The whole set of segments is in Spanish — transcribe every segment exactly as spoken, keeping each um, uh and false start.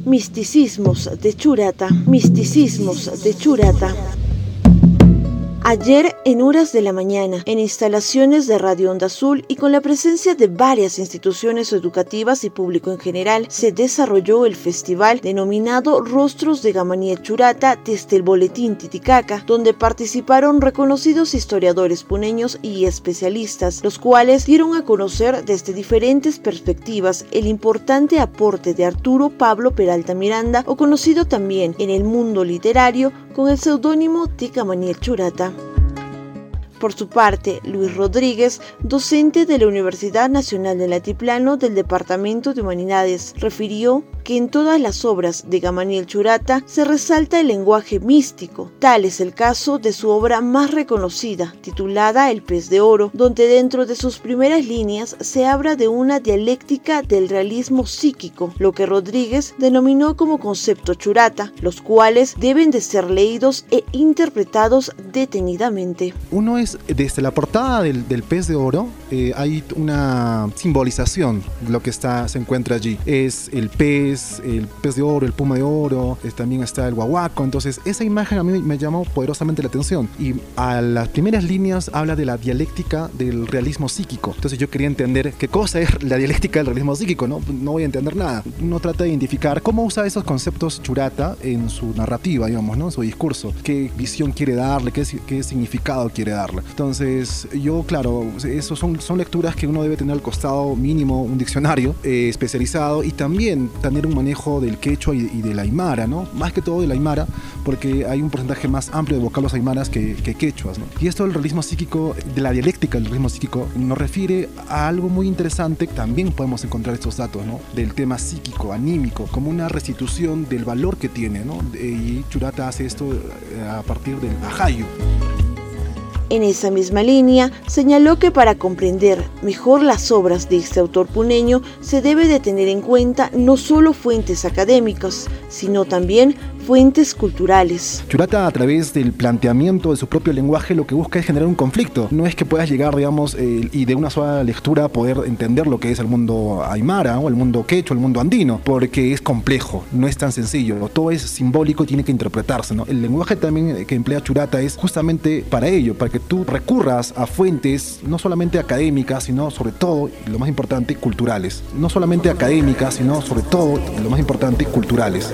Misticismos de Churata, misticismos de Churata. Ayer, en horas de la mañana, en instalaciones de Radio Onda Azul y con la presencia de varias instituciones educativas y público en general, se desarrolló el festival denominado Rostros de Gamaniel Churata desde el Boletín Titicaca, donde participaron reconocidos historiadores puneños y especialistas, los cuales dieron a conocer desde diferentes perspectivas el importante aporte de Arturo Pablo Peralta Miranda, o conocido también en el mundo literario con el seudónimo de Gamaniel Churata. Por su parte, Luis Rodríguez, docente de la Universidad Nacional del Altiplano del Departamento de Humanidades, refirió que en todas las obras de Gamaniel Churata se resalta el lenguaje místico. Tal es el caso de su obra más reconocida, titulada El pez de oro, donde dentro de sus primeras líneas se habla de una dialéctica del realismo psíquico, lo que Rodríguez denominó como concepto Churata, los cuales deben de ser leídos e interpretados detenidamente. Uno es, desde la portada del, del pez de oro, eh, hay una simbolización de lo que está, se encuentra allí. Es el pez, el pez de oro, el puma de oro, es, también está el guaguaco. Entonces esa imagen a mí me llamó poderosamente la atención, y a las primeras líneas habla de la dialéctica del realismo psíquico. Entonces yo quería entender qué cosa es la dialéctica del realismo psíquico. No, no voy a entender nada. Uno trata de identificar cómo usa esos conceptos Churata en su narrativa, digamos, ¿no? En su discurso, qué visión quiere darle, qué, qué significado quiere darle. Entonces yo, claro, esos son, son lecturas que uno debe tener al costado mínimo un diccionario eh, especializado, y también tener un manejo del quechua y, y del aymara, ¿no? Más que todo del aymara, porque hay un porcentaje más amplio de vocablos aymaras que, que quechuas, ¿no? Y esto del realismo psíquico, de la dialéctica del realismo psíquico, nos refiere a algo muy interesante. También podemos encontrar estos datos, ¿no? Del tema psíquico, anímico, como una restitución del valor que tiene, ¿no? Y Churata hace esto a partir del ajayu. En esa misma línea, señaló que para comprender mejor las obras de este autor puneño se debe de tener en cuenta no solo fuentes académicas, sino también fuentes culturales. Churata, a través del planteamiento de su propio lenguaje, lo que busca es generar un conflicto. No es que puedas llegar, digamos, eh, y de una sola lectura poder entender lo que es el mundo aymara o el mundo quechua, el mundo andino, porque es complejo, no es tan sencillo. Todo es simbólico y tiene que interpretarse, ¿no? El lenguaje también que emplea Churata es justamente para ello, para que tú recurras a fuentes no solamente académicas, sino sobre todo, y lo más importante, culturales. No solamente académicas, sino sobre todo, y lo más importante, culturales.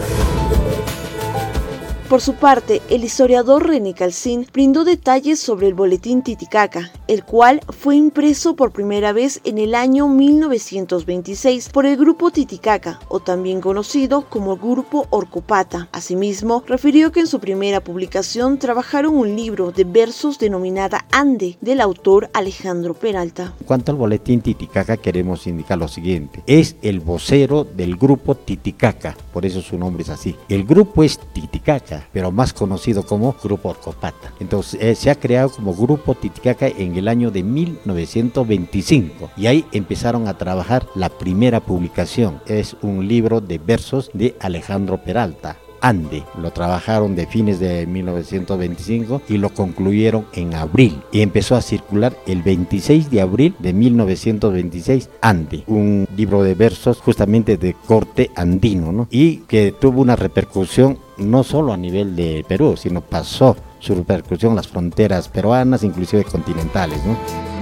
Por su parte, el historiador René Calcín brindó detalles sobre el Boletín Titicaca, el cual fue impreso por primera vez en el año mil novecientos veintiséis por el Grupo Titicaca, o también conocido como Grupo Orcopata. Asimismo, refirió que en su primera publicación trabajaron un libro de versos denominada Ande, del autor Alejandro Peralta. En cuanto al Boletín Titicaca, queremos indicar lo siguiente: es el vocero del Grupo Titicaca, por eso su nombre es así. El grupo es Titicaca, pero más conocido como Grupo Orcopata. Entonces eh, se ha creado como Grupo Titicaca en el año de mil novecientos veinticinco, y ahí empezaron a trabajar la primera publicación. Es un libro de versos de Alejandro Peralta, Ande. Lo trabajaron de fines de mil novecientos veinticinco y lo concluyeron en abril, y empezó a circular el veintiséis de abril de mil novecientos veintiséis, Ande, un libro de versos justamente de corte andino, ¿no? Y que tuvo una repercusión no solo a nivel de Perú, sino pasó su repercusión en las fronteras peruanas, inclusive continentales, ¿no?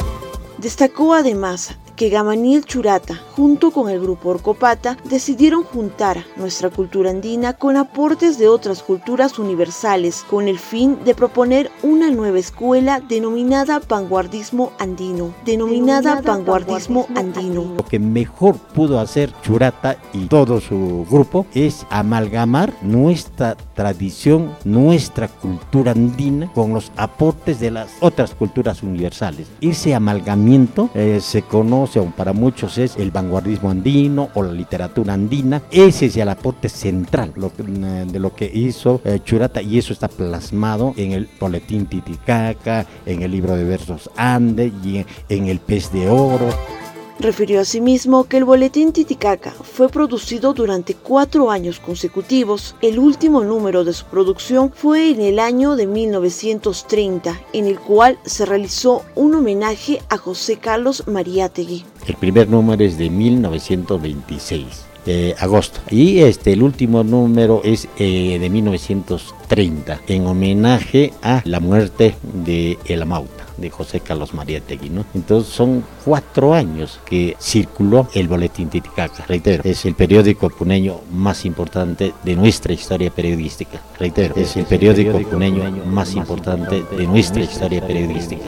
Destacó además que Gamaniel Churata, junto con el Grupo Orcopata, decidieron juntar nuestra cultura andina con aportes de otras culturas universales, con el fin de proponer una nueva escuela denominada vanguardismo andino, denominada, denominada vanguardismo, vanguardismo andino. Lo que mejor pudo hacer Churata y todo su grupo es amalgamar nuestra tradición, nuestra cultura andina con los aportes de las otras culturas universales. Ese amalgamiento eh, se conoce, o para muchos es el vanguardismo andino o la literatura andina. Ese es el aporte central lo, de lo que hizo eh, Churata, y eso está plasmado en el Boletín Titicaca, en el libro de versos Ande y en, en el pez de oro. Refirió asimismo que el Boletín Titicaca fue producido durante cuatro años consecutivos. El último número de su producción fue en el año de mil novecientos treinta, en el cual se realizó un homenaje a José Carlos Mariátegui. El primer número es de mil novecientos veintiséis. eh, agosto. Y este, el último número es eh, de mil novecientos treinta, en homenaje a la muerte de El Amauta, de José Carlos Mariátegui, ¿no? Entonces son cuatro años que circuló el Boletín Titicaca. Reitero, es el periódico puneño más importante de nuestra historia periodística. Reitero, es el periódico puneño más importante de nuestra historia periodística.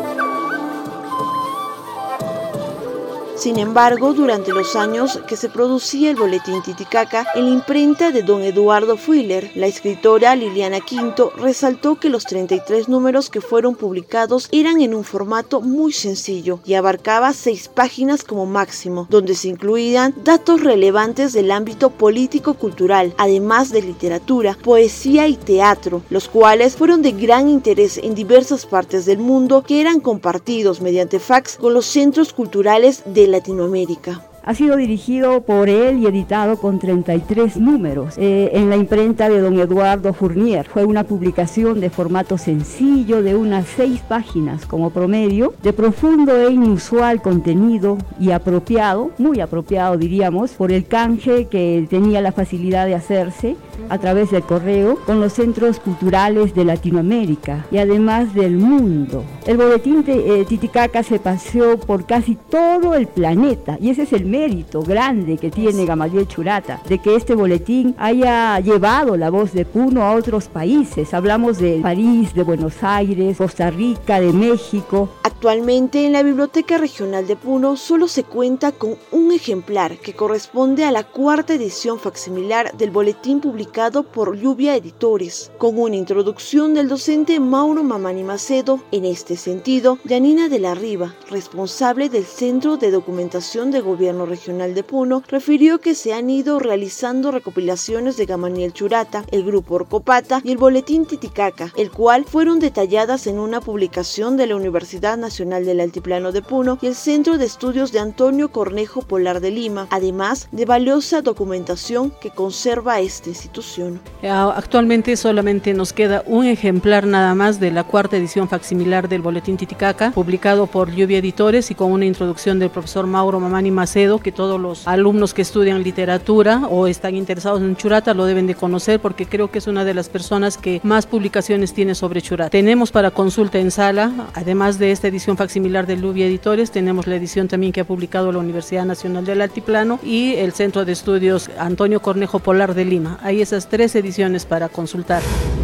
Sin embargo, durante los años que se producía el Boletín Titicaca, en la imprenta de don Eduardo Fuller, la escritora Liliana Quinto resaltó que los treinta y tres números que fueron publicados eran en un formato muy sencillo y abarcaba seis páginas como máximo, donde se incluían datos relevantes del ámbito político-cultural, además de literatura, poesía y teatro, los cuales fueron de gran interés en diversas partes del mundo que eran compartidos mediante fax con los centros culturales de Latinoamérica. Ha sido dirigido por él y editado con treinta y tres números eh, en la imprenta de don Eduardo Fournier. Fue una publicación de formato sencillo de unas seis páginas como promedio, de profundo e inusual contenido y apropiado, muy apropiado diríamos, por el canje que tenía la facilidad de hacerse a través del correo con los centros culturales de Latinoamérica y además del mundo. El boletín de, eh, Titicaca se paseó por casi todo el planeta y ese es el mérito grande que tiene Gamaliel Churata, de que este boletín haya llevado la voz de Puno a otros países. Hablamos de París, de Buenos Aires, Costa Rica, de México. Actualmente en la Biblioteca Regional de Puno solo se cuenta con un ejemplar que corresponde a la cuarta edición facsimilar del boletín publicado por Lluvia Editores, con una introducción del docente Mauro Mamani Macedo. En este sentido, Yanina de la Riva, responsable del Centro de Documentación de Gobierno Regional de Puno, refirió que se han ido realizando recopilaciones de Gamaliel Churata, el Grupo Orcopata y el Boletín Titicaca, el cual fueron detalladas en una publicación de la Universidad Nacional del Altiplano de Puno y el Centro de Estudios de Antonio Cornejo Polar de Lima, además de valiosa documentación que conserva esta institución. Actualmente solamente nos queda un ejemplar nada más de la cuarta edición facsimilar del Boletín Titicaca, publicado por Lluvia Editores y con una introducción del profesor Mauro Mamani Macedo, que todos los alumnos que estudian literatura o están interesados en Churata lo deben de conocer, porque creo que es una de las personas que más publicaciones tiene sobre Churata. Tenemos para consulta en sala, además de esta edición facsimilar de Lluvia Editores, tenemos la edición también que ha publicado la Universidad Nacional del Altiplano y el Centro de Estudios Antonio Cornejo Polar de Lima. Hay esas tres ediciones para consultar.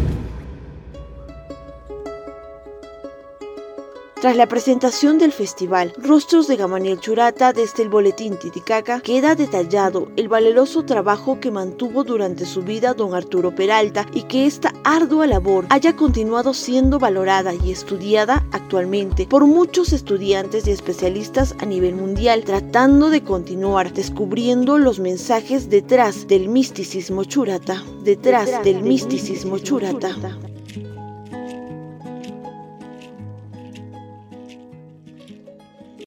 Tras la presentación del festival Rostros de Gamaliel Churata desde el Boletín Titicaca, queda detallado el valeroso trabajo que mantuvo durante su vida don Arturo Peralta y que esta ardua labor haya continuado siendo valorada y estudiada actualmente por muchos estudiantes y especialistas a nivel mundial, tratando de continuar descubriendo los mensajes detrás del misticismo Churata, detrás del misticismo Churata.